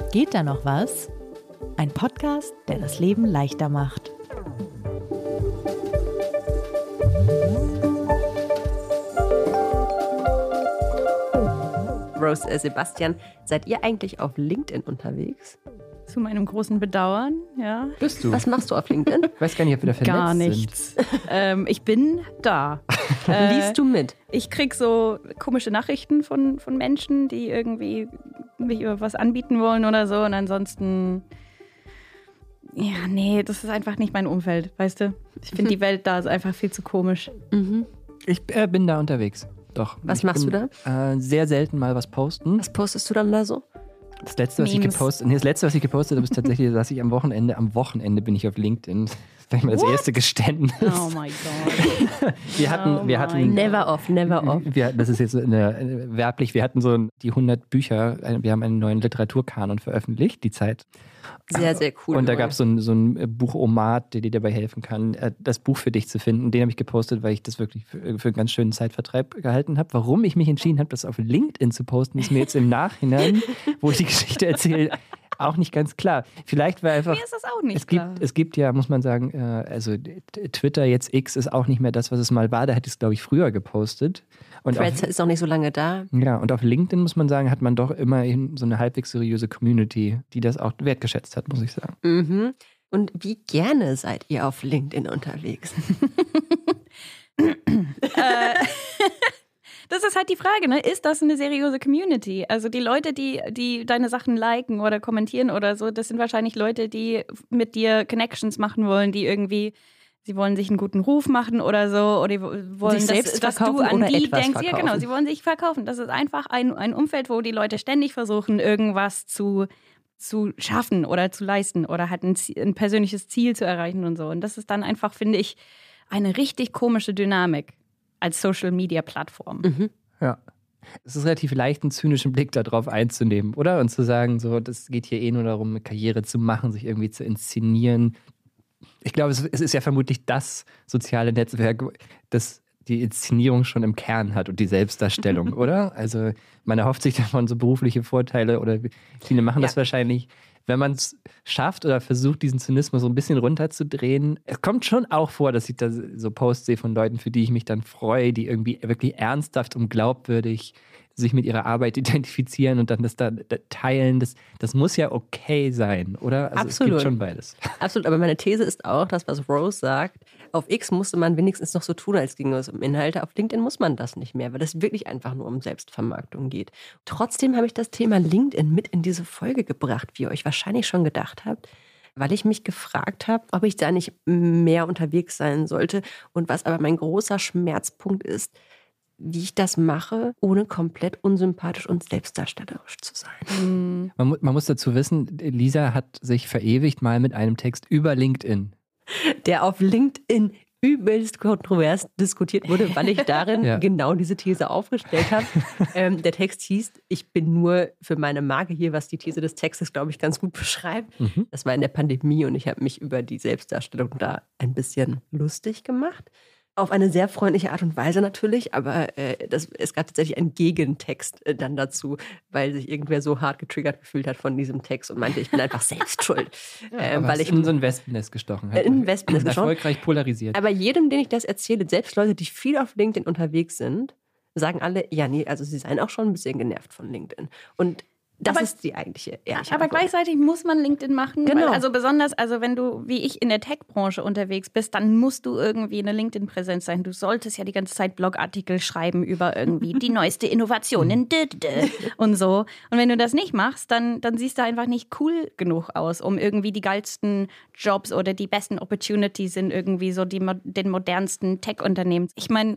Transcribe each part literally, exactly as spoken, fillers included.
Geht da noch was? Ein Podcast, der das Leben leichter macht. Rose, äh, Sebastian, seid ihr eigentlich auf LinkedIn unterwegs? Zu meinem großen Bedauern, ja. Bist du? Was machst du auf LinkedIn? Ich weiß gar nicht, ob wir da vernetzt Gar nichts. ähm, ich bin da. Äh, Liest du mit? Ich krieg so komische Nachrichten von, von Menschen, die irgendwie mich über was anbieten wollen oder so. Und ansonsten, ja, nee, das ist einfach nicht mein Umfeld, weißt du? Ich finde die Welt da ist einfach viel zu komisch. Mhm. Ich äh, bin da unterwegs. Doch. Was ich machst bin, du da? Äh, sehr selten mal was posten. Was postest du dann da so? Das letzte, was Memes. ich gepostet, nee, das letzte, was ich gepostet habe, ist tatsächlich, dass ich am Wochenende, am Wochenende bin ich auf LinkedIn. Das ist vielleicht mal das What? erste Geständnis. Oh mein Gott. Wir hatten, Oh wir mein hatten, Never off, never off. wir, das ist jetzt eine, eine, werblich, wir hatten so die hundert Bücher, wir haben einen neuen Literaturkanon veröffentlicht, die Zeit. Sehr, sehr cool. Und da neu. gab es so ein, so ein Buchomat, der dir dabei helfen kann, das Buch für dich zu finden. Den habe ich gepostet, weil ich das wirklich für, für einen ganz schönen Zeitvertreib gehalten habe. Warum ich mich entschieden habe, das auf LinkedIn zu posten, ist mir jetzt im Nachhinein, wo ich die Geschichte erzähle, auch nicht ganz klar. Vielleicht war einfach... Mir ist das auch nicht es gibt, klar. es gibt ja, muss man sagen, also Twitter, jetzt X, ist auch nicht mehr das, was es mal war. Da hätte ich es, glaube ich, früher gepostet. Und Threads auf, ist noch nicht so lange da. ja, und auf LinkedIn, muss man sagen, hat man doch immerhin so eine halbwegs seriöse Community, die das auch wertgeschätzt hat, muss ich sagen. Mhm. Und wie gerne seid ihr auf LinkedIn unterwegs? äh, das ist halt die Frage, ne? Ist das eine seriöse Community? Also die Leute, die, die deine Sachen liken oder kommentieren oder so, das sind wahrscheinlich Leute, die mit dir Connections machen wollen, die irgendwie, sie wollen sich einen guten Ruf machen oder so, oder die wollen, Sich dass, selbst dass du verkaufen an oder die etwas denkst. Ja, genau, verkaufen. sie wollen sich verkaufen. Das ist einfach ein, ein Umfeld, wo die Leute ständig versuchen, irgendwas zu zu schaffen oder zu leisten oder halt ein, Ziel, ein persönliches Ziel zu erreichen und so. Und das ist dann einfach, finde ich, eine richtig komische Dynamik als Social-Media-Plattform. Mhm. Ja. Es ist relativ leicht, einen zynischen Blick darauf einzunehmen, oder? Und zu sagen, so, das geht hier eh nur darum, eine Karriere zu machen, sich irgendwie zu inszenieren. Ich glaube, es, es ist ja vermutlich das soziale Netzwerk, das die Inszenierung schon im Kern hat und die Selbstdarstellung, oder? Also man erhofft sich davon so berufliche Vorteile oder viele machen das Ja. wahrscheinlich, wenn man es schafft oder versucht, diesen Zynismus so ein bisschen runterzudrehen. Es kommt schon auch vor, dass ich da so Posts sehe von Leuten, für die ich mich dann freue, die irgendwie wirklich ernsthaft und glaubwürdig sich mit ihrer Arbeit identifizieren und dann das da teilen. Das, das muss ja okay sein, oder? Also Absolut. Es gibt schon beides. Absolut, aber meine These ist auch, das, was Rose sagt, auf X musste man wenigstens noch so tun, als ginge es um Inhalte. Auf LinkedIn muss man das nicht mehr, weil es wirklich einfach nur um Selbstvermarktung geht. Trotzdem habe ich das Thema LinkedIn mit in diese Folge gebracht, wie ihr euch wahrscheinlich schon gedacht habt, weil ich mich gefragt habe, ob ich da nicht mehr unterwegs sein sollte. Und was aber mein großer Schmerzpunkt ist, wie ich das mache, ohne komplett unsympathisch und selbstdarstellerisch zu sein. Man, mu- man muss dazu wissen, Lisa hat sich verewigt mal mit einem Text über LinkedIn. Der auf LinkedIn übelst kontrovers diskutiert wurde, weil ich darin Ja. genau diese These aufgestellt habe. ähm, der Text hieß, ich bin nur für meine Marke hier, was die These des Textes, glaube ich, ganz gut beschreibt. Mhm. Das war in der Pandemie und ich habe mich über die Selbstdarstellung da ein bisschen lustig gemacht. Auf eine sehr freundliche Art und Weise natürlich, aber äh, das, es gab tatsächlich einen Gegentext äh, dann dazu, weil sich irgendwer so hart getriggert gefühlt hat von diesem Text und meinte, ich bin einfach selbst schuld. äh, Aber weil hast ich in so ein Wespennest gestochen. Äh, in ein Wespennest gestochen. Erfolgreich polarisiert. Aber jedem, den ich das erzähle, selbst Leute, die viel auf LinkedIn unterwegs sind, sagen alle, ja, nee, also sie seien auch schon ein bisschen genervt von LinkedIn. Und das Aber- ist die eigentliche ehrliche Aber Antwort. gleichzeitig muss man LinkedIn machen. Genau. Weil, also besonders, also wenn du, wie ich, in der Tech-Branche unterwegs bist, dann musst du irgendwie eine LinkedIn-Präsenz sein. Du solltest ja die ganze Zeit Blogartikel schreiben über irgendwie die neueste Innovation in d- d- und so. Und wenn du das nicht machst, dann, dann siehst du einfach nicht cool genug aus, um irgendwie die geilsten Jobs oder die besten Opportunities in irgendwie so die, mo- den modernsten Tech-Unternehmen. Ich meine,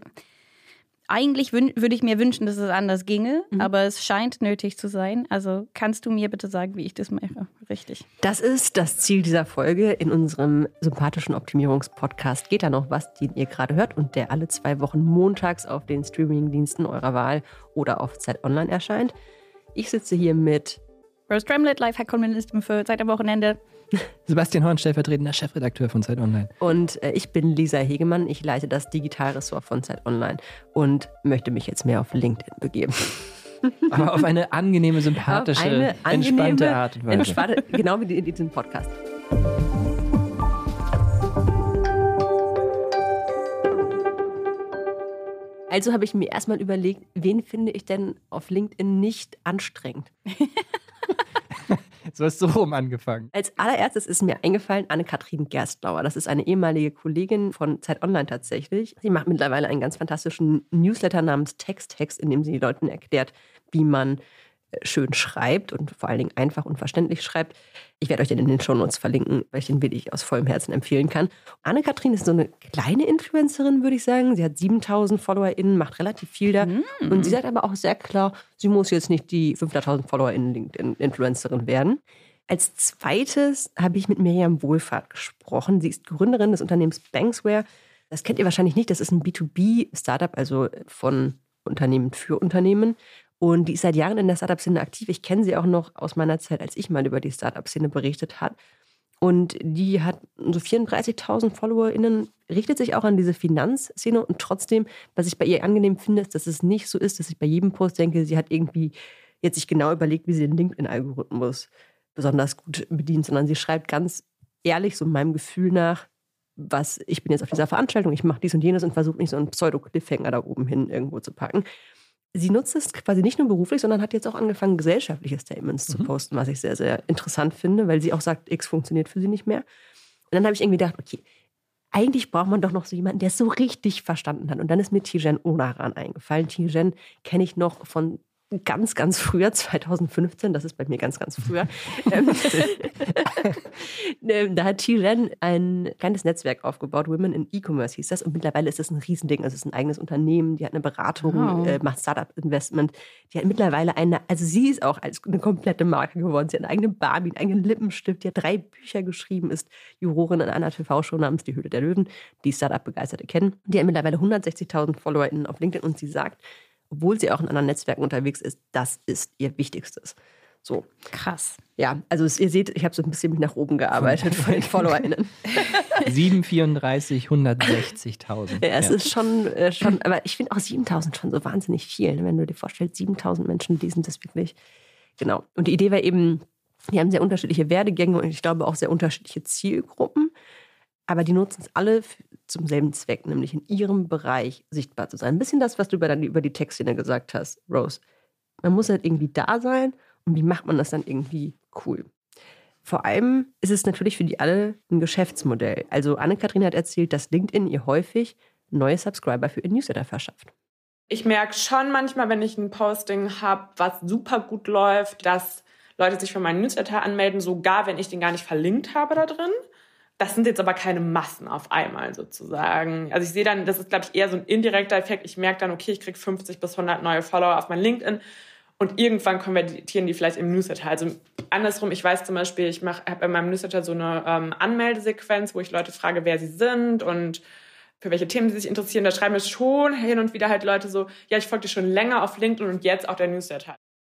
eigentlich wün- würde ich mir wünschen, dass es anders ginge, Mhm. aber es scheint nötig zu sein. Also kannst du mir bitte sagen, wie ich das mache? Richtig. Das ist das Ziel dieser Folge in unserem sympathischen Optimierungspodcast. Geht da noch was, den ihr gerade hört und der alle zwei Wochen montags auf den Streamingdiensten eurer Wahl oder auf Zeit Online erscheint. Ich sitze hier mit Rose Tremlett, Lifehack-Kolumnistin für Zeit am Wochenende. Sebastian Horn, stellvertretender Chefredakteur von Zeit Online. und äh, ich bin Lisa Hegemann. Ich leite das Digitalressort von Zeit Online und möchte mich jetzt mehr auf LinkedIn begeben. Aber auf eine angenehme, sympathische, eine angenehme, entspannte Art und Weise. Entspannte, genau wie in diesem Podcast. Also habe ich mir erstmal überlegt, wen finde ich denn auf LinkedIn nicht anstrengend? So hast du rum angefangen. Als allererstes ist mir eingefallen Anne-Kathrin Gerstbauer. Das ist eine ehemalige Kollegin von Zeit Online tatsächlich. Sie macht mittlerweile einen ganz fantastischen Newsletter namens Text-Text, in dem sie den Leuten erklärt, wie man schön schreibt und vor allen Dingen einfach und verständlich schreibt. Ich werde euch den in den Shownotes verlinken, weil ich den wirklich aus vollem Herzen empfehlen kann. Anne-Kathrin ist so eine kleine Influencerin, würde ich sagen. Sie hat siebentausend FollowerInnen, macht relativ viel da. Mm. Und sie sagt aber auch sehr klar, sie muss jetzt nicht die fünfhunderttausend FollowerInnen LinkedIn-Influencerin werden. Als zweites habe ich mit Miriam Wohlfahrt gesprochen. Sie ist Gründerin des Unternehmens Banksware. Das kennt ihr wahrscheinlich nicht. Das ist ein B zwei B-Startup, also von Unternehmen für Unternehmen. Und die ist seit Jahren in der Startup-Szene aktiv. Ich kenne sie auch noch aus meiner Zeit, als ich mal über die Startup-Szene berichtet habe. Und die hat so vierunddreißigtausend FollowerInnen, richtet sich auch an diese Finanzszene. Und trotzdem, was ich bei ihr angenehm finde, ist, dass es nicht so ist, dass ich bei jedem Post denke, sie hat irgendwie jetzt sich genau überlegt, wie sie den LinkedIn-Algorithmus besonders gut bedient, sondern sie schreibt ganz ehrlich, so meinem Gefühl nach, was ich bin jetzt auf dieser Veranstaltung, ich mache dies und jenes und versuche nicht so einen Pseudo-Cliffhanger da oben hin irgendwo zu packen. Sie nutzt es quasi nicht nur beruflich, sondern hat jetzt auch angefangen, gesellschaftliche Statements mhm. zu posten, was ich sehr, sehr interessant finde, weil sie auch sagt, X funktioniert für sie nicht mehr. Und dann habe ich irgendwie gedacht, okay, eigentlich braucht man doch noch so jemanden, der es so richtig verstanden hat. Und dann ist mir Tijen Onaran eingefallen. Tijen kenne ich noch von ganz, ganz früher, zwanzig fünfzehn, das ist bei mir ganz, ganz früher. Da hat Tijen ein kleines Netzwerk aufgebaut, Women in E-Commerce hieß das. Und mittlerweile ist das ein Riesending. Also es ist ein eigenes Unternehmen, die hat eine Beratung, wow. äh, macht Startup-Investment. Die hat mittlerweile eine, also sie ist auch als eine komplette Marke geworden. Sie hat eine eigene Barbie, einen eigenen Lippenstift, die hat drei Bücher geschrieben, ist Jurorin in einer T V-Show namens Die Höhle der Löwen, die Startup-Begeisterte kennen. Die hat mittlerweile hundertsechzigtausend FollowerInnen auf LinkedIn und sie sagt, obwohl sie auch in anderen Netzwerken unterwegs ist, das ist ihr Wichtigstes. So. Krass. Ja, also ihr seht, ich habe so ein bisschen mich nach oben gearbeitet von den FollowerInnen. sieben vierunddreißig, hundertsechzigtausend. Ja, es ja. ist schon, äh, schon, aber ich finde auch siebentausend schon so wahnsinnig viel. Wenn du dir vorstellst, siebentausend Menschen lesen das wirklich. Genau. Und die Idee war eben, die haben sehr unterschiedliche Werdegänge und ich glaube auch sehr unterschiedliche Zielgruppen. Aber die nutzen es alle zum selben Zweck, nämlich in ihrem Bereich sichtbar zu sein. Ein bisschen das, was du über, über die Tech-Szene gesagt hast, Rose. Man muss halt irgendwie da sein und wie macht man das dann irgendwie cool? Vor allem ist es natürlich für die alle ein Geschäftsmodell. Also Anne-Kathrin hat erzählt, dass LinkedIn ihr häufig neue Subscriber für ihr Newsletter verschafft. Ich merke schon manchmal, wenn ich ein Posting habe, was super gut läuft, dass Leute sich für meinen Newsletter anmelden, sogar wenn ich den gar nicht verlinkt habe da drin. Das sind jetzt aber keine Massen auf einmal sozusagen. Also ich sehe dann, das ist, glaube ich, eher so ein indirekter Effekt. Ich merke dann, okay, ich kriege fünfzig bis hundert neue Follower auf mein LinkedIn und irgendwann konvertieren die vielleicht im Newsletter. Also andersrum, ich weiß zum Beispiel, ich habe in meinem Newsletter so eine ähm, Anmeldesequenz, wo ich Leute frage, wer sie sind und für welche Themen sie sich interessieren. Da schreiben mir schon hin und wieder halt Leute so, ja, ich folge dir schon länger auf LinkedIn und jetzt auch der Newsletter.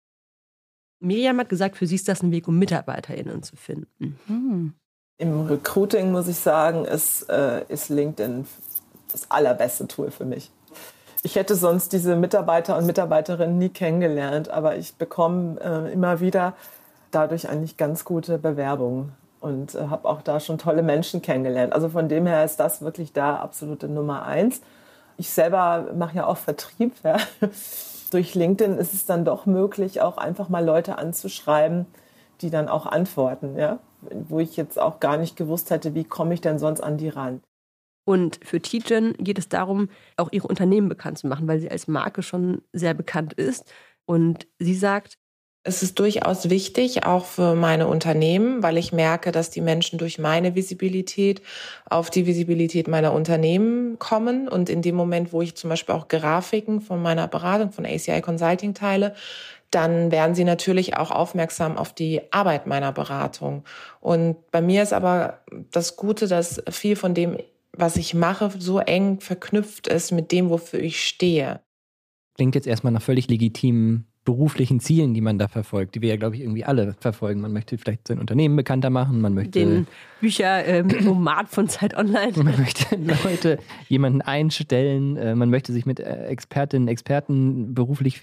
Miriam hat gesagt, für sie ist das ein Weg, um MitarbeiterInnen zu finden. Mhm. Im Recruiting, muss ich sagen, ist, äh, ist LinkedIn das allerbeste Tool für mich. Ich hätte sonst diese Mitarbeiter und Mitarbeiterinnen nie kennengelernt, aber ich bekomme äh, immer wieder dadurch eigentlich ganz gute Bewerbungen und äh, habe auch da schon tolle Menschen kennengelernt. Also von dem her ist das wirklich da absolute Nummer eins. Ich selber mache ja auch Vertrieb. Ja. Durch LinkedIn ist es dann doch möglich, auch einfach mal Leute anzuschreiben, die dann auch antworten, ja, wo ich jetzt auch gar nicht gewusst hätte, wie komme ich denn sonst an die ran. Und für Tijen geht es darum, auch ihre Unternehmen bekannt zu machen, weil sie als Marke schon sehr bekannt ist. Und sie sagt, es ist durchaus wichtig, auch für meine Unternehmen, weil ich merke, dass die Menschen durch meine Visibilität auf die Visibilität meiner Unternehmen kommen. Und in dem Moment, wo ich zum Beispiel auch Grafiken von meiner Beratung, von A C I Consulting teile, dann werden sie natürlich auch aufmerksam auf die Arbeit meiner Beratung. Und bei mir ist aber das Gute, dass viel von dem, was ich mache, so eng verknüpft ist mit dem, wofür ich stehe. Klingt jetzt erstmal nach völlig legitimen beruflichen Zielen, die man da verfolgt, die wir ja, glaube ich, irgendwie alle verfolgen. Man möchte vielleicht sein Unternehmen bekannter machen, man möchte den Bücher-Nomat ähm, von Zeit Online. Man möchte Leute, jemanden einstellen, äh, man möchte sich mit Expertinnen, Experten beruflich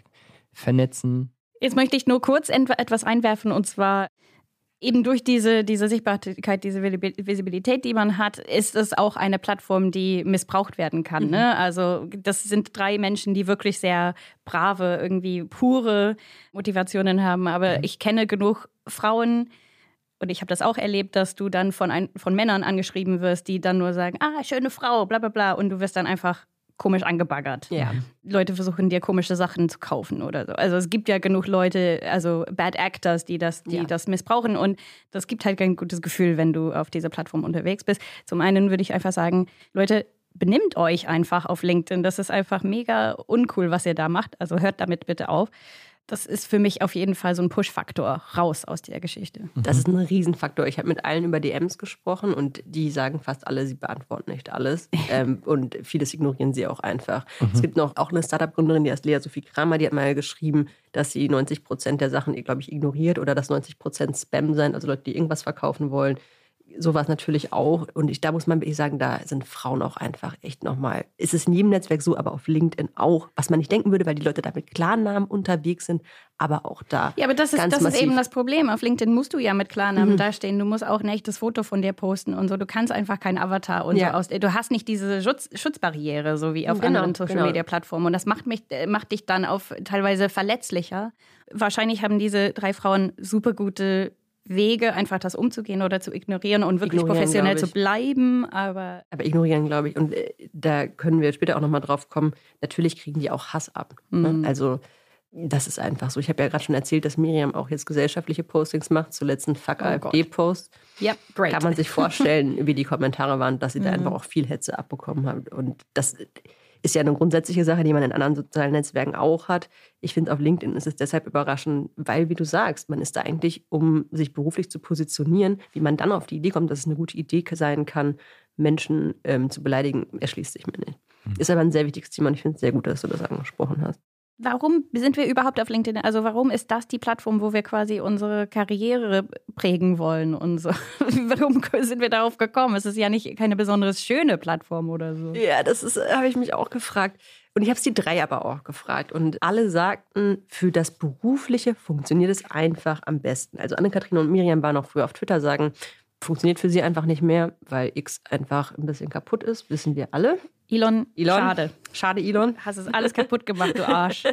vernetzen. Jetzt möchte ich nur kurz etwas einwerfen, und zwar eben durch diese, diese Sichtbarkeit, diese Visibilität, die man hat, ist es auch eine Plattform, die missbraucht werden kann. Mhm. Ne? Also das sind drei Menschen, die wirklich sehr brave, irgendwie pure Motivationen haben. Aber mhm. ich kenne genug Frauen, und ich habe das auch erlebt, dass du dann von, ein, von Männern angeschrieben wirst, die dann nur sagen, ah, schöne Frau, bla bla bla, und du wirst dann einfach komisch angebaggert. Ja. Leute versuchen dir komische Sachen zu kaufen oder so. Also es gibt ja genug Leute, also Bad Actors, die das, die ja. das missbrauchen, und das gibt halt kein gutes Gefühl, wenn du auf dieser Plattform unterwegs bist. Zum einen würde ich einfach sagen, Leute, benimmt euch einfach auf LinkedIn. Das ist einfach mega uncool, was ihr da macht. Also hört damit bitte auf. Das ist für mich auf jeden Fall so ein Push-Faktor raus aus der Geschichte. Das ist ein Riesenfaktor. Ich habe mit allen über D Ms gesprochen und die sagen fast alle, sie beantworten nicht alles. ähm, und vieles ignorieren sie auch einfach. Mhm. Es gibt noch auch eine Startup-Gründerin, die heißt Lea Sophie Kramer, die hat mal geschrieben, dass sie neunzig Prozent der Sachen, glaube ich, ignoriert oder dass neunzig Prozent Spam sein, also Leute, die irgendwas verkaufen wollen. So war es natürlich auch. Und ich, da muss man wirklich sagen, da sind Frauen auch einfach echt nochmal. Es ist in jedem Netzwerk so, aber auf LinkedIn auch. Was man nicht denken würde, weil die Leute da mit Klarnamen unterwegs sind, aber auch da. Ja, aber das, ist, ganz das ist eben das Problem. Auf LinkedIn musst du ja mit Klarnamen Mhm. dastehen. Du musst auch ein echtes Foto von dir posten und so. Du kannst einfach keinen Avatar und Ja. so aus. Du hast nicht diese Schutz, Schutzbarriere, so wie auf Genau, anderen Social-Media-Plattformen. Und das macht, mich, macht dich dann auf teilweise verletzlicher. Wahrscheinlich haben diese drei Frauen super gute Wege, einfach das umzugehen oder zu ignorieren und wirklich Ignorieren, professionell glaub zu ich. bleiben. Aber Aber ignorieren, glaube ich. Und äh, da können wir später auch nochmal drauf kommen. Natürlich kriegen die auch Hass ab. Mhm. Ne? Also das ist einfach so. Ich habe ja gerade schon erzählt, dass Miriam auch jetzt gesellschaftliche Postings macht. Zuletzt ein Fuck Oh A f D-Post. ja, great. Kann man sich vorstellen, wie die Kommentare waren, dass sie da Mhm. einfach auch viel Hetze abbekommen haben. Und das ist ja eine grundsätzliche Sache, die man in anderen sozialen Netzwerken auch hat. Ich finde, auf LinkedIn ist es deshalb überraschend, weil, wie du sagst, man ist da eigentlich, um sich beruflich zu positionieren, wie man dann auf die Idee kommt, dass es eine gute Idee sein kann, Menschen ähm, zu beleidigen, erschließt sich mir nicht. Ist aber ein sehr wichtiges Thema und ich finde es sehr gut, dass du das angesprochen hast. Warum sind wir überhaupt auf LinkedIn? Also warum ist das die Plattform, wo wir quasi unsere Karriere prägen wollen und so? Warum sind wir darauf gekommen? Es ist ja nicht keine besonders schöne Plattform oder so. Ja, das ist, habe ich mich auch gefragt. Und ich habe es die drei aber auch gefragt. Und alle sagten, für das Berufliche funktioniert es einfach am besten. Also Anne-Kathrin und Miriam waren auch früher auf Twitter, sagen, funktioniert für sie einfach nicht mehr, weil X einfach ein bisschen kaputt ist, wissen wir alle. Elon, Elon, schade. Schade, Elon. Hast es alles kaputt gemacht, du Arsch.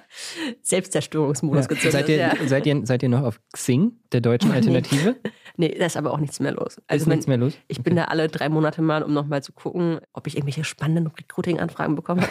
Selbstzerstörungsmodus Ja. gezündet. Seid, ihr, ja. seid, ihr, seid ihr noch auf Xing, der deutschen Alternative? Nee, da ist aber auch nichts mehr los. Ist mein- nichts mehr los? Ich bin da alle drei Monate mal, um nochmal zu gucken, ob ich irgendwelche spannenden Recruiting-Anfragen bekomme.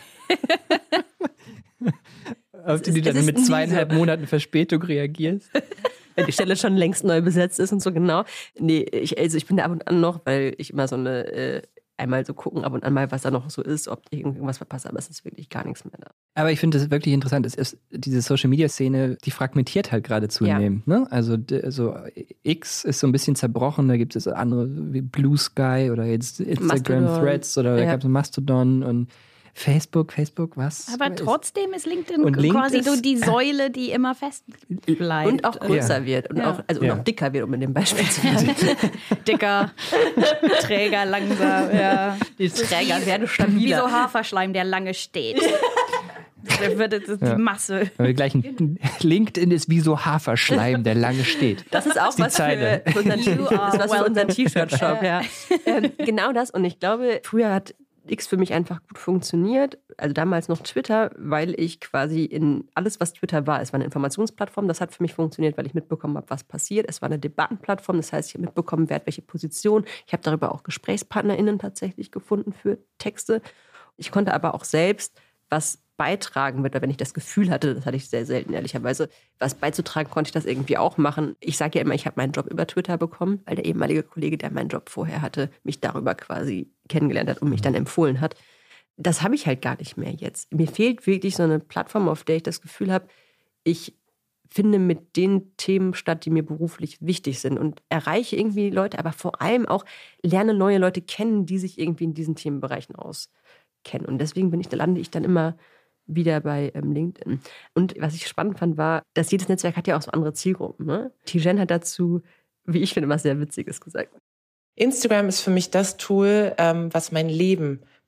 Auf die du es dann ist mit nie zweieinhalb so. Monaten Verspätung reagierst? Wenn die Stelle schon längst neu besetzt ist und so, genau. Nee, ich, also ich bin da ab und an noch, weil ich immer so eine, äh, einmal so gucken, ab und an mal, was da noch so ist, ob ich irgendwas verpasse, aber es ist wirklich gar nichts mehr da. Aber ich finde das wirklich interessant. Es ist, diese Social-Media-Szene, die fragmentiert halt gerade zunehmend. Ne? Also, d- also X ist so ein bisschen zerbrochen, da gibt es andere wie Blue Sky oder jetzt Instagram Mastodon. Threads oder da Ja. gab es Mastodon und Facebook, Facebook, was? Aber trotzdem ist LinkedIn Und LinkedIn quasi so ist- die Säule, die immer fest bleibt. Und auch größer Ja. wird und Ja. auch, also Ja. und auch dicker wird, um in dem Beispiel zu bleiben. Dicker, träger, langsam. Ja. Die Träger werden Wie stabiler. so Haferschleim, der lange steht. Da wird es die Ja. Masse. Weil wir gleich ein, LinkedIn ist wie so Haferschleim, der lange steht. Das ist auch die was Zeile. für, für unseren, You das are ist was für welcome. unseren T-Shirt-Shop. Ja. ähm, genau das. Und ich glaube, früher hat X für mich einfach gut funktioniert. Also damals noch Twitter, weil ich quasi in alles, was Twitter war, es war eine Informationsplattform, das hat für mich funktioniert, weil ich mitbekommen habe, was passiert. Es war eine Debattenplattform, das heißt, ich habe mitbekommen, wer hat welche Position. Ich habe darüber auch GesprächspartnerInnen tatsächlich gefunden für Texte. Ich konnte aber auch selbst was beitragen wird, weil wenn ich das Gefühl hatte, das hatte ich sehr selten, ehrlicherweise, was beizutragen, konnte ich das irgendwie auch machen. Ich sage ja immer, ich habe meinen Job über Twitter bekommen, weil der ehemalige Kollege, der meinen Job vorher hatte, mich darüber quasi kennengelernt hat und mich dann empfohlen hat. Das habe ich halt gar nicht mehr jetzt. Mir fehlt wirklich so eine Plattform, auf der ich das Gefühl habe, ich finde mit den Themen statt, die mir beruflich wichtig sind und erreiche irgendwie Leute, aber vor allem auch lerne neue Leute kennen, die sich irgendwie in diesen Themenbereichen auskennen. Und deswegen bin ich, da lande ich dann immer wieder bei ähm, LinkedIn. Und was ich spannend fand, war, dass jedes Netzwerk hat ja auch so andere Zielgruppen. Ne? Tijen hat dazu, wie ich finde, was sehr Witziges gesagt. Instagram ist für mich das Tool, ähm, was mein Leben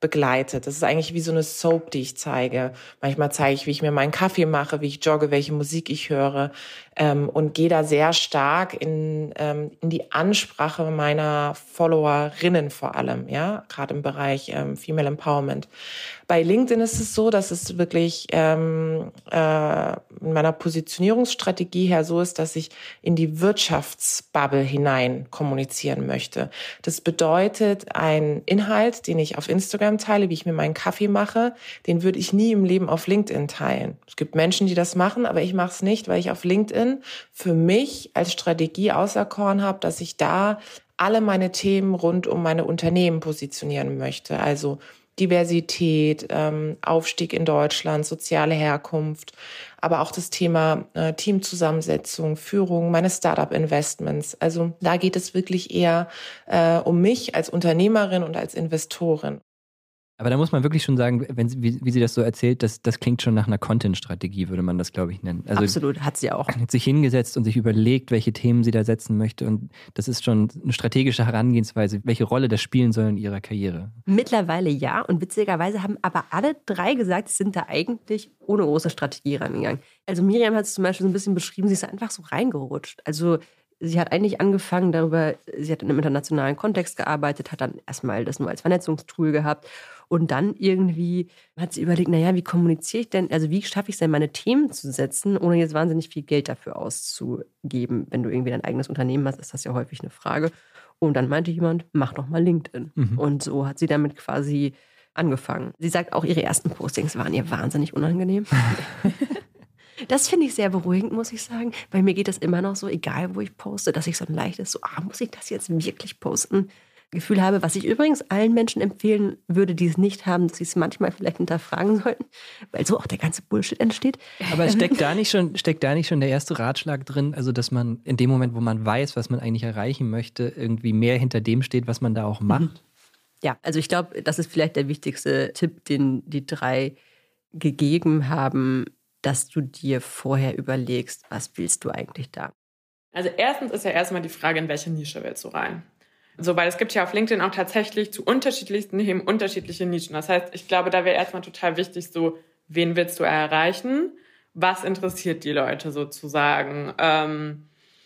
begleitet. Das ist eigentlich wie so eine Soap, die ich zeige. Manchmal zeige ich, wie ich mir meinen Kaffee mache, wie ich jogge, welche Musik ich höre, ähm, und gehe da sehr stark in, ähm, in die Ansprache meiner Followerinnen vor allem, ja, gerade im Bereich ähm, Female Empowerment. Bei LinkedIn ist es so, dass es wirklich ähm, äh, in meiner Positionierungsstrategie her so ist, dass ich in die Wirtschaftsbubble hinein kommunizieren möchte. Das bedeutet, ein Inhalt, den ich auf Instagram teile, wie ich mir meinen Kaffee mache, den würde ich nie im Leben auf LinkedIn teilen. Es gibt Menschen, die das machen, aber ich mache es nicht, weil ich auf LinkedIn für mich als Strategie auserkoren habe, dass ich da alle meine Themen rund um meine Unternehmen positionieren möchte. Also Diversität, ähm, Aufstieg in Deutschland, soziale Herkunft, aber auch das Thema äh, Teamzusammensetzung, Führung, meine Startup-Investments. Also da geht es wirklich eher äh, um mich als Unternehmerin und als Investorin. Aber da muss man wirklich schon sagen, wenn sie, wie, wie sie das so erzählt, das, das klingt schon nach einer Content-Strategie, würde man das, glaube ich, nennen. Also absolut, hat sie auch. Hat sich hingesetzt und sich überlegt, welche Themen sie da setzen möchte. Und das ist schon eine strategische Herangehensweise, welche Rolle das spielen soll in ihrer Karriere. Mittlerweile ja. Und witzigerweise haben aber alle drei gesagt, sie sind da eigentlich ohne große Strategie reingegangen. Also Miriam hat es zum Beispiel so ein bisschen beschrieben, sie ist einfach so reingerutscht. Also sie hat eigentlich angefangen darüber, sie hat in einem internationalen Kontext gearbeitet, hat dann erstmal das nur als Vernetzungstool gehabt und dann irgendwie hat sie überlegt, naja, wie kommuniziere ich denn, also wie schaffe ich es denn, meine Themen zu setzen, ohne jetzt wahnsinnig viel Geld dafür auszugeben. Wenn du irgendwie dein eigenes Unternehmen hast, ist das ja häufig eine Frage. Und dann meinte jemand, mach doch mal LinkedIn. Mhm. Und so hat sie damit quasi angefangen. Sie sagt auch, ihre ersten Postings waren ihr wahnsinnig unangenehm. Das finde ich sehr beruhigend, muss ich sagen. Bei mir geht das immer noch so, egal wo ich poste, dass ich so ein leichtes, so, ah, muss ich das jetzt wirklich posten? Gefühl habe, was ich übrigens allen Menschen empfehlen würde, die es nicht haben, dass sie es manchmal vielleicht hinterfragen sollten, weil so auch der ganze Bullshit entsteht. Aber steckt da nicht schon, steckt da nicht schon der erste Ratschlag drin, also dass man in dem Moment, wo man weiß, was man eigentlich erreichen möchte, irgendwie mehr hinter dem steht, was man da auch macht? Mhm. Ja, also ich glaube, das ist vielleicht der wichtigste Tipp, den die drei gegeben haben, dass du dir vorher überlegst, was willst du eigentlich da? Also erstens ist ja erstmal die Frage, in welche Nische willst du rein? So, weil es gibt ja auf LinkedIn auch tatsächlich zu unterschiedlichsten Themen unterschiedliche Nischen. Das heißt, ich glaube, da wäre erstmal total wichtig, so, wen willst du erreichen? Was interessiert die Leute sozusagen? Ähm,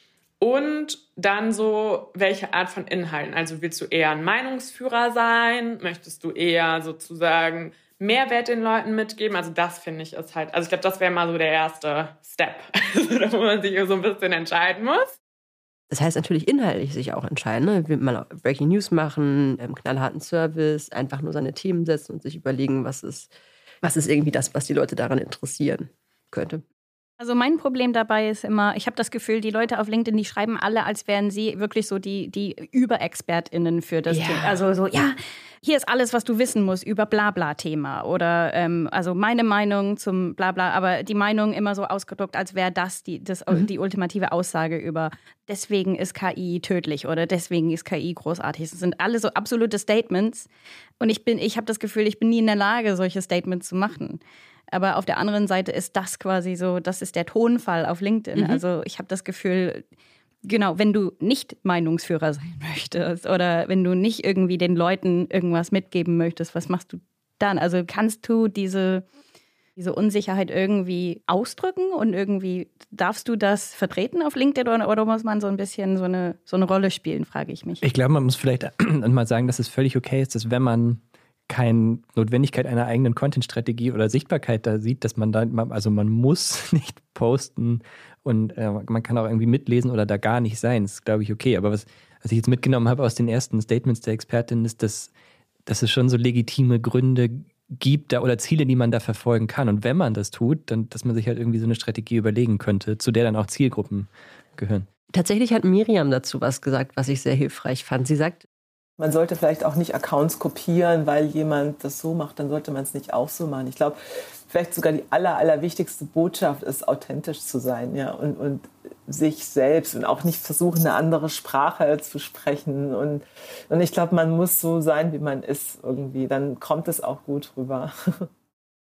und dann so, welche Art von Inhalten? Also willst du eher ein Meinungsführer sein? Möchtest du eher sozusagen Mehrwert den Leuten mitgeben? Also das finde ich ist halt, also ich glaube, das wäre mal so der erste Step, also, wo man sich so ein bisschen entscheiden muss. Das heißt natürlich inhaltlich sich auch entscheiden. Ne? Will man Breaking News machen, ähm, knallharten Service, einfach nur seine Themen setzen und sich überlegen, was ist, was ist irgendwie das, was die Leute daran interessieren könnte. Also mein Problem dabei ist immer, ich habe das Gefühl, die Leute auf LinkedIn, die schreiben alle, als wären sie wirklich so die, die UberexpertInnen für das ja. Thema. Also so, ja, hier ist alles, was du wissen musst über Blabla-Thema. Oder ähm, also meine Meinung zum Blabla, aber die Meinung immer so ausgedruckt, als wäre das, die, das mhm. die ultimative Aussage über deswegen ist K I tödlich oder deswegen ist K I großartig. Das sind alle so absolute Statements. Und ich bin, ich habe das Gefühl, ich bin nie in der Lage, solche Statements zu machen. Aber auf der anderen Seite ist das quasi so, das ist der Tonfall auf LinkedIn. Mhm. Also ich habe das Gefühl, genau, wenn du nicht Meinungsführer sein möchtest oder wenn du nicht irgendwie den Leuten irgendwas mitgeben möchtest, was machst du dann? Also kannst du diese, diese Unsicherheit irgendwie ausdrücken und irgendwie darfst du das vertreten auf LinkedIn oder, oder muss man so ein bisschen so eine, so eine Rolle spielen, frage ich mich. Ich glaube, man muss vielleicht mal sagen, dass es völlig okay ist, dass wenn man keine Notwendigkeit einer eigenen Content-Strategie oder Sichtbarkeit da sieht, dass man da, also man muss nicht posten und äh, man kann auch irgendwie mitlesen oder da gar nicht sein. Das ist, glaube ich, okay. Aber was, was ich jetzt mitgenommen habe aus den ersten Statements der Expertin, ist, dass, dass es schon so legitime Gründe gibt da oder Ziele, die man da verfolgen kann. Und wenn man das tut, dann, dass man sich halt irgendwie so eine Strategie überlegen könnte, zu der dann auch Zielgruppen gehören. Tatsächlich hat Miriam dazu was gesagt, was ich sehr hilfreich fand. Sie sagt, man sollte vielleicht auch nicht Accounts kopieren, weil jemand das so macht, dann sollte man es nicht auch so machen. Ich glaube, vielleicht sogar die aller, aller wichtigste Botschaft ist, authentisch zu sein, ja, und, und sich selbst und auch nicht versuchen, eine andere Sprache zu sprechen. Und, und ich glaube, man muss so sein, wie man ist irgendwie. Dann kommt es auch gut rüber.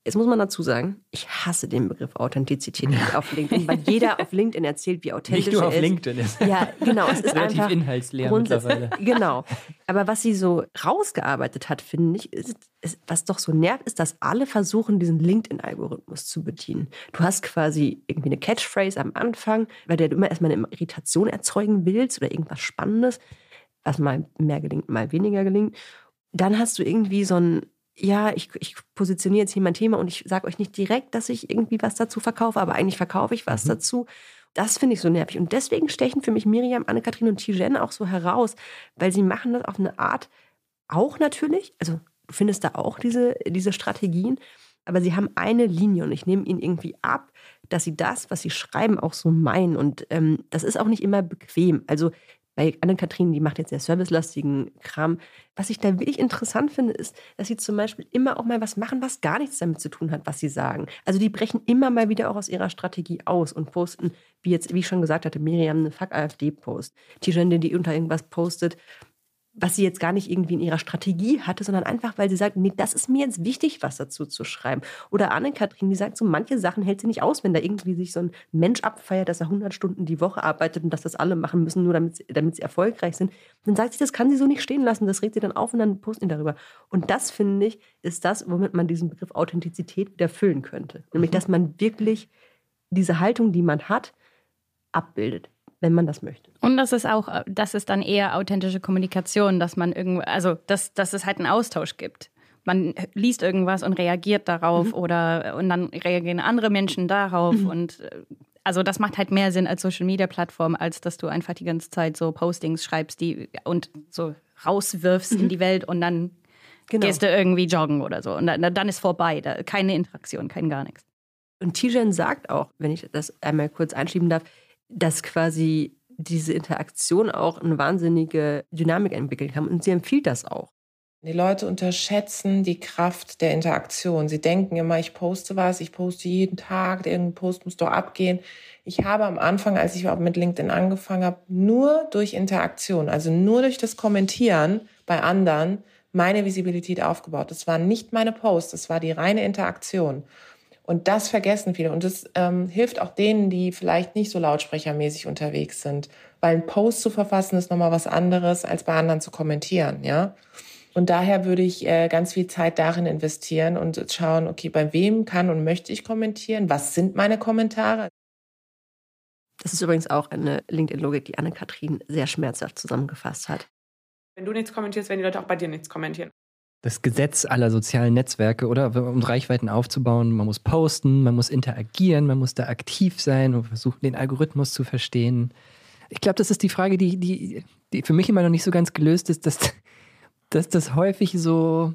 Jetzt muss man dazu sagen, ich hasse den Begriff Authentizität auf LinkedIn, weil jeder auf LinkedIn erzählt, wie authentisch Nicht nur er auf ist. LinkedIn ist. Ja, genau. Es ist relativ einfach inhaltsleer mittlerweile. Genau. Aber was sie so rausgearbeitet hat, finde ich, ist, ist, was doch so nervt, ist, dass alle versuchen, diesen LinkedIn-Algorithmus zu bedienen. Du hast quasi irgendwie eine Catchphrase am Anfang, weil du immer erstmal eine Irritation erzeugen willst oder irgendwas Spannendes, was mal mehr gelingt, mal weniger gelingt. Dann hast du irgendwie so ein ja, ich, ich positioniere jetzt hier mein Thema und ich sage euch nicht direkt, dass ich irgendwie was dazu verkaufe, aber eigentlich verkaufe ich was mhm. dazu. Das finde ich so nervig. Und deswegen stechen für mich Miriam, Anne-Kathrin und Tijen auch so heraus, weil sie machen das auf eine Art auch natürlich, also du findest da auch diese, diese Strategien, aber sie haben eine Linie und ich nehme ihnen irgendwie ab, dass sie das, was sie schreiben, auch so meinen. Und ähm, das ist auch nicht immer bequem. Also bei Anne-Kathrin, die macht jetzt sehr servicelastigen Kram. Was ich da wirklich interessant finde, ist, dass sie zum Beispiel immer auch mal was machen, was gar nichts damit zu tun hat, was sie sagen. Also die brechen immer mal wieder auch aus ihrer Strategie aus und posten, wie jetzt, wie ich schon gesagt hatte, Miriam eine Fuck-AfD-Post. Tijen, die unter irgendwas postet, was sie jetzt gar nicht irgendwie in ihrer Strategie hatte, sondern einfach, weil sie sagt, nee, das ist mir jetzt wichtig, was dazu zu schreiben. Oder Anne-Kathrin, die sagt, so manche Sachen hält sie nicht aus, wenn da irgendwie sich so ein Mensch abfeiert, dass er hundert Stunden die Woche arbeitet und dass das alle machen müssen, nur damit sie, damit sie erfolgreich sind. Dann sagt sie, das kann sie so nicht stehen lassen, das regt sie dann auf und dann posten die darüber. Und das, finde ich, ist das, womit man diesen Begriff Authentizität wieder füllen könnte. Nämlich, dass man wirklich diese Haltung, die man hat, abbildet, wenn man das möchte. Und das ist auch, das ist dann eher authentische Kommunikation, dass man irgendwo, also dass, dass es halt einen Austausch gibt. Man liest irgendwas und reagiert darauf mhm. oder und dann reagieren andere Menschen darauf mhm. und also das macht halt mehr Sinn als Social Media Plattform, als dass du einfach die ganze Zeit so Postings schreibst, die und so rauswirfst mhm. in die Welt und dann genau. gehst du irgendwie joggen oder so und dann, dann ist vorbei, da, keine Interaktion, kein gar nichts. Und Tijen sagt auch, wenn ich das einmal kurz einschieben darf, dass quasi diese Interaktion auch eine wahnsinnige Dynamik entwickeln kann. Und sie empfiehlt das auch. Die Leute unterschätzen die Kraft der Interaktion. Sie denken immer, ich poste was, ich poste jeden Tag, irgendein Post muss doch abgehen. Ich habe am Anfang, als ich mit LinkedIn angefangen habe, nur durch Interaktion, also nur durch das Kommentieren bei anderen, meine Visibilität aufgebaut. Das waren nicht meine Posts, das war die reine Interaktion. Und das vergessen viele. Und das ähm, hilft auch denen, die vielleicht nicht so lautsprechermäßig unterwegs sind. Weil ein Post zu verfassen ist nochmal was anderes, als bei anderen zu kommentieren, ja. Und daher würde ich äh, ganz viel Zeit darin investieren und schauen, okay, bei wem kann und möchte ich kommentieren? Was sind meine Kommentare? Das ist übrigens auch eine LinkedIn-Logik, die Anne-Kathrin sehr schmerzhaft zusammengefasst hat. Wenn du nichts kommentierst, werden die Leute auch bei dir nichts kommentieren. Das Gesetz aller sozialen Netzwerke, oder? Um Reichweiten aufzubauen, man muss posten, man muss interagieren, man muss da aktiv sein und versuchen, den Algorithmus zu verstehen. Ich glaube, das ist die Frage, die, die, die für mich immer noch nicht so ganz gelöst ist, dass, dass das häufig so,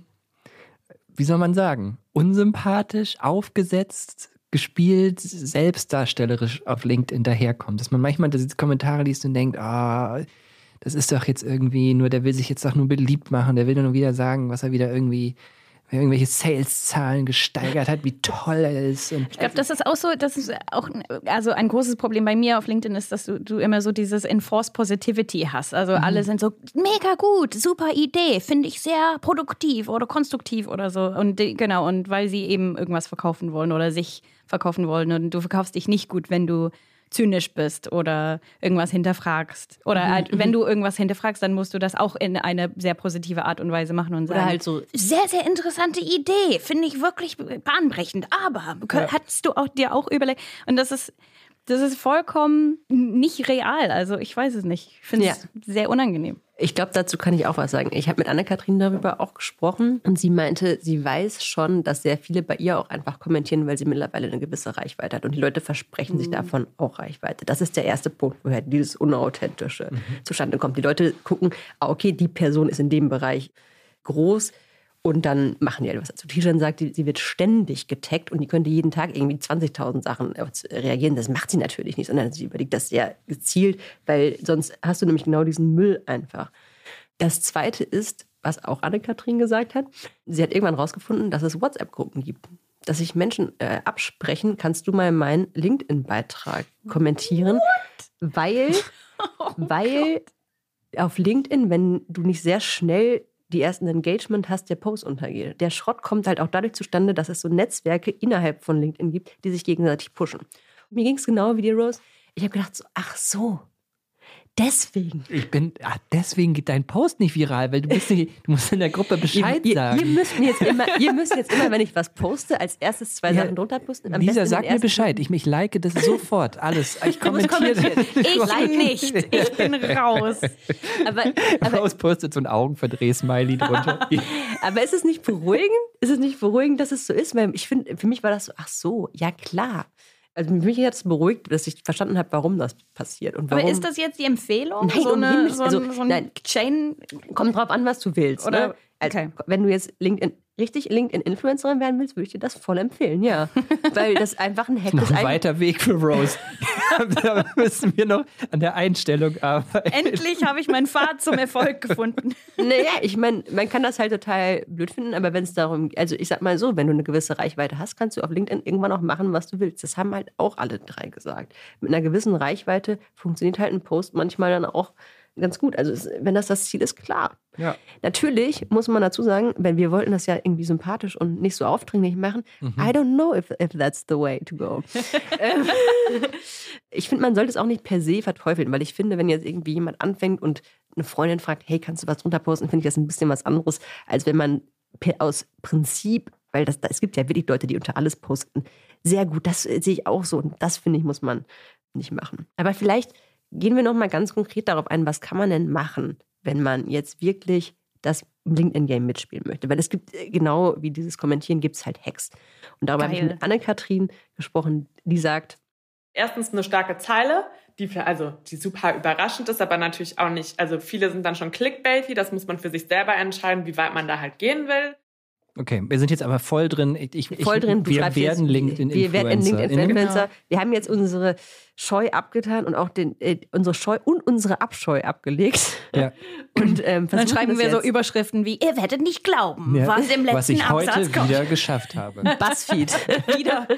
wie soll man sagen, unsympathisch, aufgesetzt, gespielt, selbstdarstellerisch auf LinkedIn daherkommt. Dass man manchmal diese Kommentare liest und denkt, ah, das ist doch jetzt irgendwie nur, der will sich jetzt doch nur beliebt machen, der will nur wieder sagen, was er wieder irgendwie, irgendwelche Sales-Zahlen gesteigert hat, wie toll er ist. Und ich glaube, das ist auch so, das ist auch, also ein großes Problem bei mir auf LinkedIn ist, dass du, du immer so dieses Enforced Positivity hast. Also mhm. alle sind so, mega gut, super Idee, finde ich sehr produktiv oder konstruktiv oder so. Und die, genau, und weil sie eben irgendwas verkaufen wollen oder sich verkaufen wollen und du verkaufst dich nicht gut, wenn du zynisch bist oder irgendwas hinterfragst. Oder mhm. halt, wenn du irgendwas hinterfragst, dann musst du das auch in eine sehr positive Art und Weise machen und sagen, oder halt so, sehr, sehr interessante Idee, finde ich wirklich bahnbrechend, aber ja. hattest du auch, dir auch überlegt, und das ist, das ist vollkommen nicht real, also ich weiß es nicht, ich finde es ja. sehr unangenehm. Ich glaube, dazu kann ich auch was sagen. Ich habe mit Anne-Kathrin darüber auch gesprochen und sie meinte, sie weiß schon, dass sehr viele bei ihr auch einfach kommentieren, weil sie mittlerweile eine gewisse Reichweite hat und die Leute versprechen mhm. sich davon auch Reichweite. Das ist der erste Punkt, woher dieses Unauthentische mhm. zustande kommt. Die Leute gucken, ah, okay, die Person ist in dem Bereich groß und dann machen die etwas dazu. Tijen sagt, sie wird ständig getaggt und die könnte jeden Tag irgendwie zwanzigtausend Sachen reagieren. Das macht sie natürlich nicht, sondern sie überlegt das sehr gezielt, weil sonst hast du nämlich genau diesen Müll einfach. Das Zweite ist, was auch Anne-Kathrin gesagt hat, sie hat irgendwann rausgefunden, dass es WhatsApp-Gruppen gibt. Dass sich Menschen äh, absprechen, kannst du mal meinen LinkedIn-Beitrag kommentieren, What? weil, oh weil auf LinkedIn, wenn du nicht sehr schnell die ersten Engagement hast, der Post untergeht. Der Schrott kommt halt auch dadurch zustande, dass es so Netzwerke innerhalb von LinkedIn gibt, die sich gegenseitig pushen. Mir ging es genau wie dir, Rose. Ich habe gedacht, so, ach so, deswegen. Ich bin, ach, deswegen geht dein Post nicht viral, weil du bist nicht, du musst in der Gruppe Bescheid ihr, sagen. Ihr, ihr, müsst jetzt immer, ihr müsst jetzt immer, wenn ich was poste, als erstes zwei Ja, Sachen drunter posten. Am Lisa, besten sag den mir ersten- Bescheid. Ich, ich like das sofort. Alles. Ich Du musst kommentiere. kommentieren. Ich nicht. Ich bin raus. Aber, aber, Raus postet so ein Augenverdreh-Smiley drunter. aber ist es nicht beruhigend? Ist es nicht beruhigend, dass es so ist? Weil ich finde, für mich war das so, ach so, ja klar. Also mich hat es beruhigt, dass ich verstanden habe, warum das passiert. Und warum. Aber ist das jetzt die Empfehlung? Nein, so um eine, Himmels- so ein, also, so ein nein. Chain? Kommt drauf an, was du willst. Oder- Ne? Also, okay. wenn du jetzt LinkedIn, richtig LinkedIn-Influencerin werden willst, würde ich dir das voll empfehlen, ja. Weil das einfach ein Hack Noch ist. ein Ein- weiter Weg für Rose. Da müssen wir noch an der Einstellung arbeiten. Endlich habe ich meinen Pfad zum Erfolg gefunden. Naja, ich meine, man kann das halt total blöd finden, aber wenn es darum, also ich sag mal so, wenn du eine gewisse Reichweite hast, kannst du auf LinkedIn irgendwann auch machen, was du willst. Das haben halt auch alle drei gesagt. Mit einer gewissen Reichweite funktioniert halt ein Post manchmal dann auch ganz gut. Also es, wenn das das Ziel ist, klar. Ja. Natürlich muss man dazu sagen, weil wir wollten das ja irgendwie sympathisch und nicht so aufdringlich machen. I don't know if, if that's the way to go. Ähm, ich finde, man sollte es auch nicht per se verteufeln, weil ich finde, wenn jetzt irgendwie jemand anfängt und eine Freundin fragt, hey, kannst du was drunter posten, finde ich das ein bisschen was anderes, als wenn man per, aus Prinzip, weil das, es gibt ja wirklich Leute, die unter alles posten, sehr gut, das sehe ich auch so und das finde ich, muss man nicht machen. Aber vielleicht gehen wir noch mal ganz konkret darauf ein, was kann man denn machen, wenn man jetzt wirklich das LinkedIn-Game mitspielen möchte. Weil es gibt, genau wie dieses Kommentieren, gibt es halt Hacks. Und darüber habe ich Geil. mit Anne-Kathrin gesprochen, die sagt, Erstens eine starke Zeile, die für, also die super überraschend ist, aber natürlich auch nicht, also viele sind dann schon clickbaity, das muss man für sich selber entscheiden, wie weit man da halt gehen will. Okay, wir sind jetzt aber voll drin. Ich, ich, voll drin, du wir schreibst werden jetzt, LinkedIn-Influencer. wir werden LinkedIn-Influencer. Wir haben jetzt unsere Scheu abgetan und auch den, äh, unsere Scheu und unsere Abscheu abgelegt. Ja. Und ähm, Dann versuchen schreiben das wir so jetzt. Überschriften wie, ihr werdet nicht glauben, Ja. was im letzten Was ich heute Absatz kommt. wieder geschafft habe. Buzzfeed. Wieder.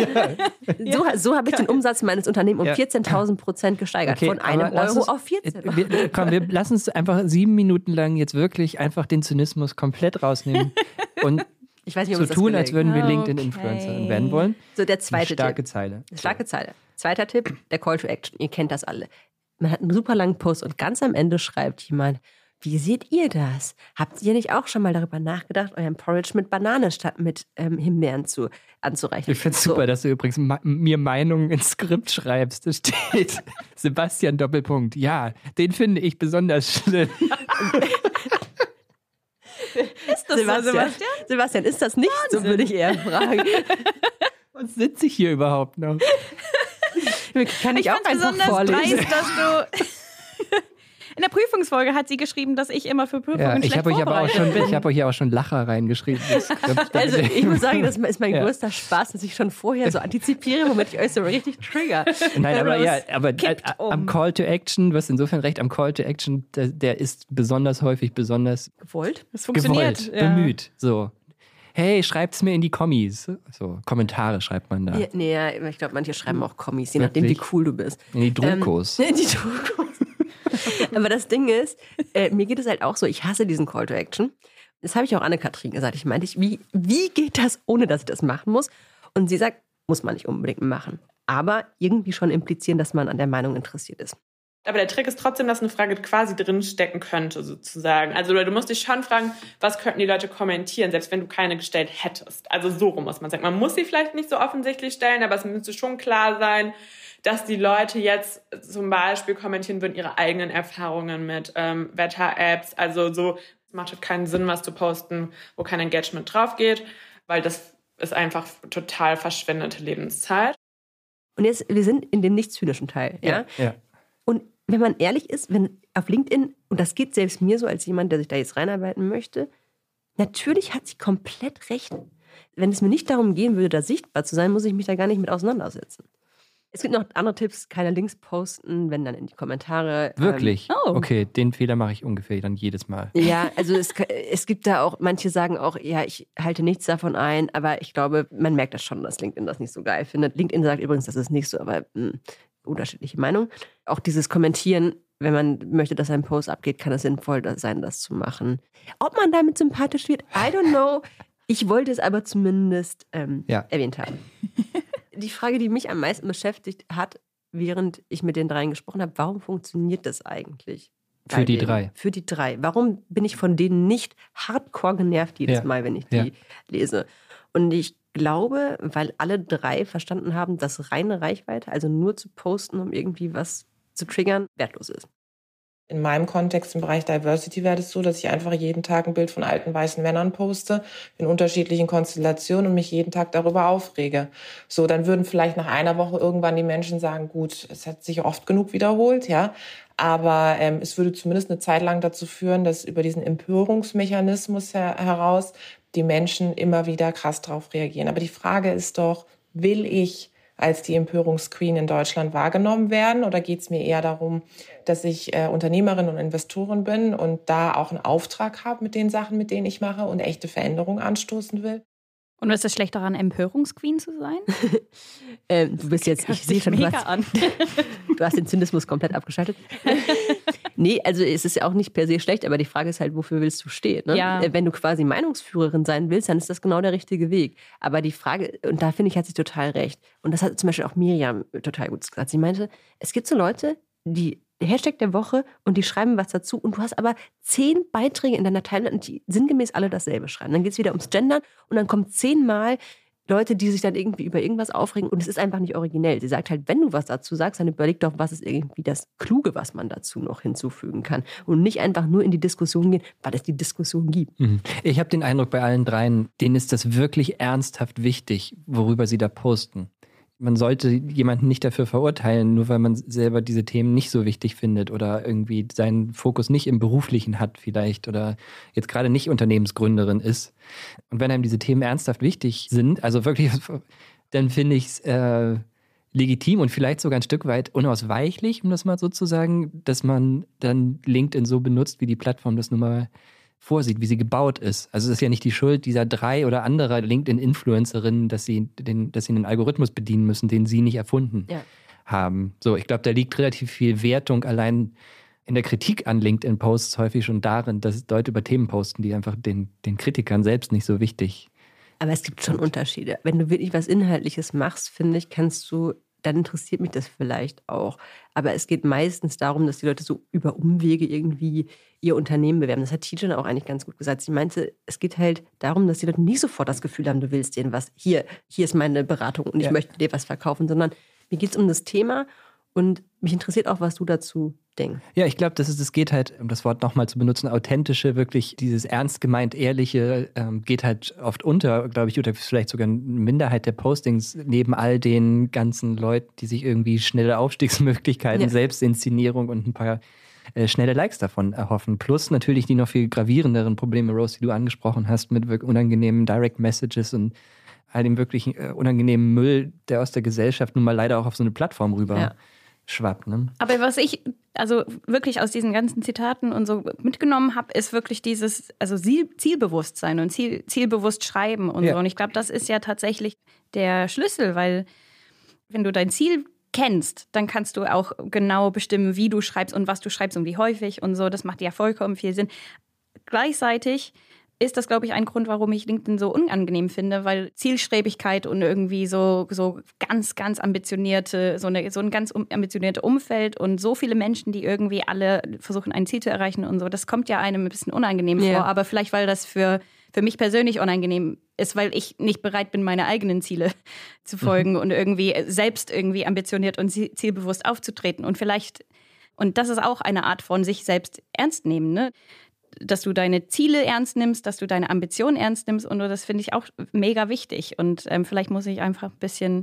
So, so habe ich den Umsatz meines Unternehmens um Ja. vierzehntausend Prozent gesteigert. Okay, Von einem aber lass Euro uns- auf vierzehn Euro. Wir, komm, wir lassen uns einfach sieben Minuten lang jetzt wirklich einfach den Zynismus komplett rausnehmen und Ich weiß nicht, ob so uns das tun, als gelingt. würden wir Okay. LinkedIn-Influencerin werden wollen. So, der Eine zweite starke Tipp. Zeile. Starke Zeile. Zweiter Tipp, der Call to Action. Ihr kennt das alle. Man hat einen super langen Post und ganz am Ende schreibt jemand, wie seht ihr das? Habt ihr nicht auch schon mal darüber nachgedacht, euren Porridge mit Banane statt mit ähm, Himbeeren zu, anzureichen? Ich finde es So. super, dass du übrigens ma- mir Meinungen ins Skript schreibst. Da steht Sebastian Doppelpunkt. Ja, den finde ich besonders schlimm. Ist das Sebastian, so, Sebastian? Sebastian, ist das nicht so, würde ich eher fragen. Was sitze ich hier überhaupt noch? Kann ich, Ich auch fand es einfach besonders vorlesen? dreist, dass du... In der Prüfungsfolge hat sie geschrieben, dass ich immer für Prüfungen Ja, ich schlecht habe euch aber auch vorbereitet schon, bin. ich habe euch ja auch schon Lacher reingeschrieben. Das, das, Also ich muss sagen, das ist mein Ja. größter Spaß, dass ich schon vorher so antizipiere, womit ich euch so richtig trigger. Nein, aber Rose ja, aber kippt äh, um. am Call to Action, du hast insofern recht, am Call to Action, der, der ist besonders häufig besonders Gewollt? Das funktioniert. gewollt, ja. bemüht. So. Hey, schreibt's mir in die Kommis. So, Kommentare schreibt man da. Ja, nee, ja, ich glaube, manche schreiben auch Kommis, je nachdem, wie Wirklich? cool du bist. In die Druckos. Ähm, in die Druckos. Aber das Ding ist, äh, mir geht es halt auch so, ich hasse diesen Call to Action. Das habe ich auch Anne-Kathrin gesagt. Ich meinte, wie, wie geht das, ohne dass ich das machen muss? Und sie sagt, muss man nicht unbedingt machen. Aber irgendwie schon implizieren, dass man an der Meinung interessiert ist. Aber der Trick ist trotzdem, dass eine Frage quasi drinstecken könnte, sozusagen. Also du musst dich schon fragen, was könnten die Leute kommentieren, selbst wenn du keine gestellt hättest. Also so rum muss man sagen. Man muss sie vielleicht nicht so offensichtlich stellen, aber es müsste schon klar sein, dass die Leute jetzt zum Beispiel kommentieren würden, ihre eigenen Erfahrungen mit ähm, Wetter-Apps. Also so, es macht halt keinen Sinn, was zu posten, wo kein Engagement drauf geht, weil das ist einfach total verschwendete Lebenszeit. Und jetzt, wir sind in dem nicht zynischen Teil. Ja? Ja. Und wenn man ehrlich ist, wenn auf LinkedIn, und das geht selbst mir so als jemand, der sich da jetzt reinarbeiten möchte, natürlich hat sie komplett recht. Wenn es mir nicht darum gehen würde, da sichtbar zu sein, muss ich mich da gar nicht mit auseinandersetzen. Es gibt noch andere Tipps, keine Links posten, wenn dann in die Kommentare. Wirklich? Ähm, oh. Okay, den Fehler mache ich ungefähr dann jedes Mal. Ähm, ja, also es, es gibt da auch, manche sagen auch, ja, ich halte nichts davon ein, aber ich glaube, man merkt das schon, dass LinkedIn das nicht so geil findet. LinkedIn sagt übrigens, das ist nicht so, aber mh, unterschiedliche Meinungen. Auch dieses Kommentieren wenn man möchte, dass ein Post abgeht, kann es sinnvoll sein, das zu machen. Ob man damit sympathisch wird, I don't know. Ich wollte es aber zumindest ähm, ja. erwähnt haben. Die Frage, die mich am meisten beschäftigt hat, während ich mit den dreien gesprochen habe, warum funktioniert das eigentlich? Für die denen? drei. Für die drei. Warum bin ich von denen nicht hardcore genervt jedes ja. Mal, wenn ich die ja. lese? Und ich glaube, weil alle drei verstanden haben, dass reine Reichweite, also nur zu posten, um irgendwie was zu triggern, wertlos ist. In meinem Kontext im Bereich Diversity wäre es so, dass ich einfach jeden Tag ein Bild von alten weißen Männern poste, in unterschiedlichen Konstellationen und mich jeden Tag darüber aufrege. So, dann würden vielleicht nach einer Woche irgendwann die Menschen sagen, gut, es hat sich oft genug wiederholt, ja. Aber ähm, es würde zumindest eine Zeit lang dazu führen, dass über diesen Empörungsmechanismus her- heraus die Menschen immer wieder krass drauf reagieren. Aber die Frage ist doch, will ich als die Empörungsqueen in Deutschland wahrgenommen werden? Oder geht es mir eher darum, dass ich äh, Unternehmerin und Investorin bin und da auch einen Auftrag habe mit den Sachen, mit denen ich mache und echte Veränderungen anstoßen will? Und ist es schlecht daran, Empörungsqueen zu sein? ähm, du bist jetzt, ich sehe schon, du hast, an. du hast den Zynismus komplett abgeschaltet. Nee, also es ist ja auch nicht per se schlecht, aber die Frage ist halt, wofür willst du stehen? Ne? Ja. Wenn du quasi Meinungsführerin sein willst, dann ist das genau der richtige Weg. Aber die Frage, und da finde ich, hat sie total recht. Und das hat zum Beispiel auch Miriam total gut gesagt. Sie meinte, es gibt so Leute, die Hashtag der Woche und die schreiben was dazu und du hast aber zehn Beiträge in deiner Timeline und die sinngemäß alle dasselbe schreiben. Dann geht es wieder ums Gendern und dann kommen zehnmal Leute, die sich dann irgendwie über irgendwas aufregen und es ist einfach nicht originell. Sie sagt halt, wenn du was dazu sagst, dann überleg doch, was ist irgendwie das Kluge, was man dazu noch hinzufügen kann und nicht einfach nur in die Diskussion gehen, weil es die Diskussion gibt. Ich habe den Eindruck, bei allen dreien, denen ist das wirklich ernsthaft wichtig, worüber sie da posten. Man sollte jemanden nicht dafür verurteilen, nur weil man selber diese Themen nicht so wichtig findet oder irgendwie seinen Fokus nicht im Beruflichen hat vielleicht oder jetzt gerade nicht Unternehmensgründerin ist. Und wenn einem diese Themen ernsthaft wichtig sind, also wirklich, dann finde ich es äh, legitim und vielleicht sogar ein Stück weit unausweichlich, um das mal so zu sagen, dass man dann LinkedIn so benutzt, wie die Plattform das nun mal vorsieht, wie sie gebaut ist. Also es ist ja nicht die Schuld dieser drei oder anderer LinkedIn-Influencerinnen, dass sie den, dass sie einen Algorithmus bedienen müssen, den sie nicht erfunden ja. haben. So, ich glaube, da liegt relativ viel Wertung allein in der Kritik an LinkedIn-Posts häufig schon darin, dass Leute über Themen posten, die einfach den, den Kritikern selbst nicht so wichtig sind. Aber es gibt schon Unterschiede. Wenn du wirklich was Inhaltliches machst, finde ich, kannst du, dann interessiert mich das vielleicht auch. Aber es geht meistens darum, dass die Leute so über Umwege irgendwie ihr Unternehmen bewerben. Das hat Tijan auch eigentlich ganz gut gesagt. Sie meinte, es geht halt darum, dass die Leute nicht sofort das Gefühl haben, du willst denen was. Hier, hier ist meine Beratung und ich ja. möchte dir was verkaufen, sondern mir geht es um das Thema und mich interessiert auch, was du dazu denkst. Ja, ich glaube, das ist, es geht halt, um das Wort nochmal zu benutzen, authentische, wirklich dieses ernst gemeint Ehrliche ähm, geht halt oft unter, glaube ich, oder vielleicht sogar eine Minderheit der Postings neben all den ganzen Leuten, die sich irgendwie schnelle Aufstiegsmöglichkeiten, ja. Selbstinszenierung und ein paar äh, schnelle Likes davon erhoffen. Plus natürlich die noch viel gravierenderen Probleme, Rose, die du angesprochen hast, mit wirklich unangenehmen Direct Messages und all dem wirklichen äh, unangenehmen Müll, der aus der Gesellschaft nun mal leider auch auf so eine Plattform rüber ja. schwappt. Ne? Aber was ich also wirklich aus diesen ganzen Zitaten und so mitgenommen habe, ist wirklich dieses also Zielbewusstsein und Ziel, zielbewusst schreiben und ja. so. Und ich glaube, das ist ja tatsächlich der Schlüssel, weil wenn du dein Ziel kennst, dann kannst du auch genau bestimmen, wie du schreibst und was du schreibst und wie häufig und so. Das macht ja vollkommen viel Sinn. Gleichzeitig ist das, glaube ich, ein Grund, warum ich LinkedIn so unangenehm finde, weil Zielstrebigkeit und irgendwie so, so ganz, ganz ambitionierte, so, eine, so ein ganz ambitionierte Umfeld und so viele Menschen, die irgendwie alle versuchen, ein Ziel zu erreichen und so, das kommt ja einem ein bisschen unangenehm ja. vor, aber vielleicht, weil das für, für mich persönlich unangenehm ist, weil ich nicht bereit bin, meine eigenen Ziele zu folgen mhm. und irgendwie selbst irgendwie ambitioniert und zielbewusst aufzutreten und vielleicht, und das ist auch eine Art von sich selbst ernst nehmen, ne? Dass du deine Ziele ernst nimmst, dass du deine Ambitionen ernst nimmst und das finde ich auch mega wichtig und ähm, vielleicht muss ich einfach ein bisschen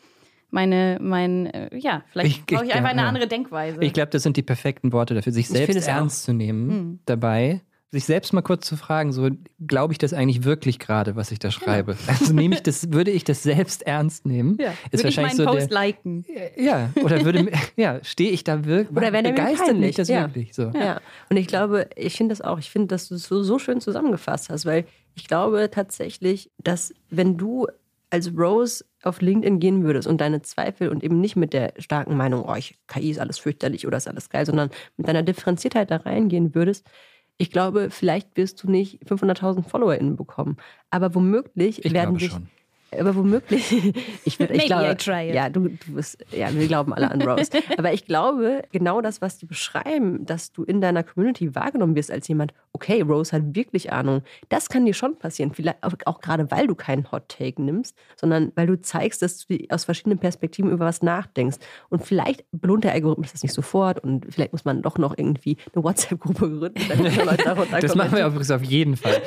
meine, mein, äh, ja, vielleicht brauche ich, ich einfach eine ja. andere Denkweise. Ich glaube, das sind die perfekten Worte dafür, sich selbst ernst auch. zu nehmen hm. dabei, sich selbst mal kurz zu fragen, so glaube ich das eigentlich wirklich gerade, was ich da schreibe? Ja. Also nehme ich das, würde ich das selbst ernst nehmen? Ja. Ist würde ich meinen so Post der, liken? Ja, oder würde, ja, stehe ich da wirklich? Oder wenn begeistert mich das ja. wirklich? So. Ja. ja, und ich glaube, ich finde das auch, ich finde, dass du es so, so schön zusammengefasst hast, weil ich glaube tatsächlich, dass wenn du als Rose auf LinkedIn gehen würdest und deine Zweifel und eben nicht mit der starken Meinung, oh, ich, K I ist alles fürchterlich oder ist alles geil, sondern mit deiner Differenziertheit da reingehen würdest, ich glaube, vielleicht wirst du nicht fünfhunderttausend FollowerInnen bekommen. Aber womöglich ich werden glaube sich... schon. Aber womöglich, ich, würd, ich Maybe glaube, I try it. ja, du, du bist, ja, wir glauben alle an Rose. Aber ich glaube, genau das, was die beschreiben, dass du in deiner Community wahrgenommen wirst als jemand, okay, Rose hat wirklich Ahnung, das kann dir schon passieren. Vielleicht auch, auch gerade, weil du keinen Hot Take nimmst, sondern weil du zeigst, dass du aus verschiedenen Perspektiven über was nachdenkst. Und vielleicht belohnt der Algorithmus das nicht sofort und vielleicht muss man doch noch irgendwie eine WhatsApp-Gruppe gründen. Damit Leute darunter Das machen wir übrigens auf jeden Fall.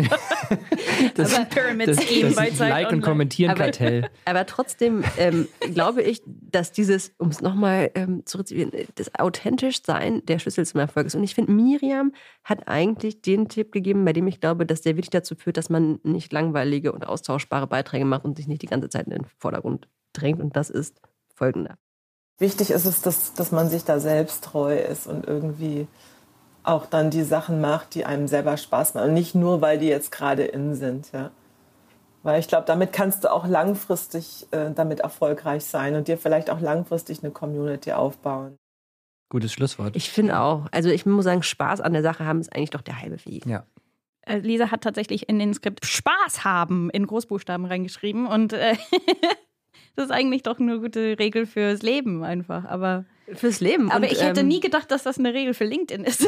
Das, aber Pyramid Scheme das, bei das Zeit Like- und Online. Kommentieren-Kartell. Aber, aber trotzdem ähm, glaube ich, dass dieses, um es nochmal ähm, zurückzuführen, das authentisch Sein der Schlüssel zum Erfolg ist. Und ich finde, Miriam hat eigentlich den Tipp gegeben, bei dem ich glaube, dass der wirklich dazu führt, dass man nicht langweilige und austauschbare Beiträge macht und sich nicht die ganze Zeit in den Vordergrund drängt. Und das ist folgender. Wichtig ist es, dass, dass man sich da selbst treu ist und irgendwie auch dann die Sachen macht, die einem selber Spaß machen. Und nicht nur, weil die jetzt gerade in sind, ja. Weil ich glaube, damit kannst du auch langfristig äh, damit erfolgreich sein und dir vielleicht auch langfristig eine Community aufbauen. Gutes Schlusswort. Ich finde auch. Also ich muss sagen, Spaß an der Sache haben ist eigentlich doch der halbe Weg. Ja. Äh, Lisa hat tatsächlich in den Skript Spaß haben in Großbuchstaben reingeschrieben und äh, das ist eigentlich doch eine gute Regel fürs Leben einfach. Aber, Fürs Leben. aber und, ich hätte ähm, nie gedacht, dass das eine Regel für LinkedIn ist.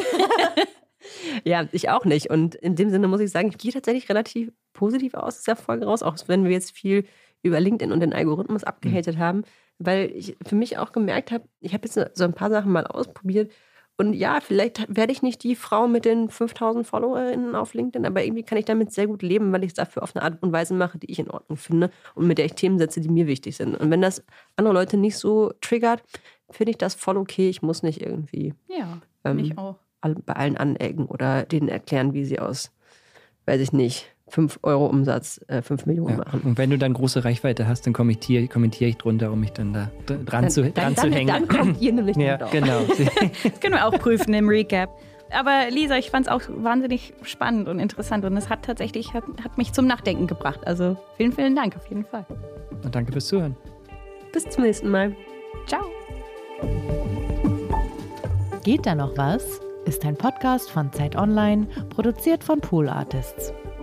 Ja, ich auch nicht. Und in dem Sinne muss ich sagen, ich gehe tatsächlich relativ positiv aus dieser Folge raus, auch wenn wir jetzt viel über LinkedIn und den Algorithmus abgehatet mhm. haben, weil ich für mich auch gemerkt habe, ich habe jetzt so ein paar Sachen mal ausprobiert und ja, vielleicht werde ich nicht die Frau mit den fünftausend FollowerInnen auf LinkedIn, aber irgendwie kann ich damit sehr gut leben, weil ich es dafür auf eine Art und Weise mache, die ich in Ordnung finde und mit der ich Themen setze, die mir wichtig sind. Und wenn das andere Leute nicht so triggert, finde ich das voll okay. Ich muss nicht irgendwie Ja, ähm, ich auch. bei allen anecken oder denen erklären, wie sie aus, weiß ich nicht, fünf Euro Umsatz äh, fünf Millionen Ja. machen. Und wenn du dann große Reichweite hast, dann kommentiere kommentier ich drunter, um mich dann da dran, Dann, zu, dann, dran dann, zu hängen. dann kommt ihr nämlich ja, drauf. genau. Das können wir auch prüfen im Recap. Aber Lisa, ich fand es auch wahnsinnig spannend und interessant und es hat tatsächlich hat, hat mich zum Nachdenken gebracht. Also vielen, vielen Dank auf jeden Fall. Und danke fürs Zuhören. Bis zum nächsten Mal. Ciao. Geht da noch was? Ist ein Podcast von Zeit Online, produziert von Pool Artists.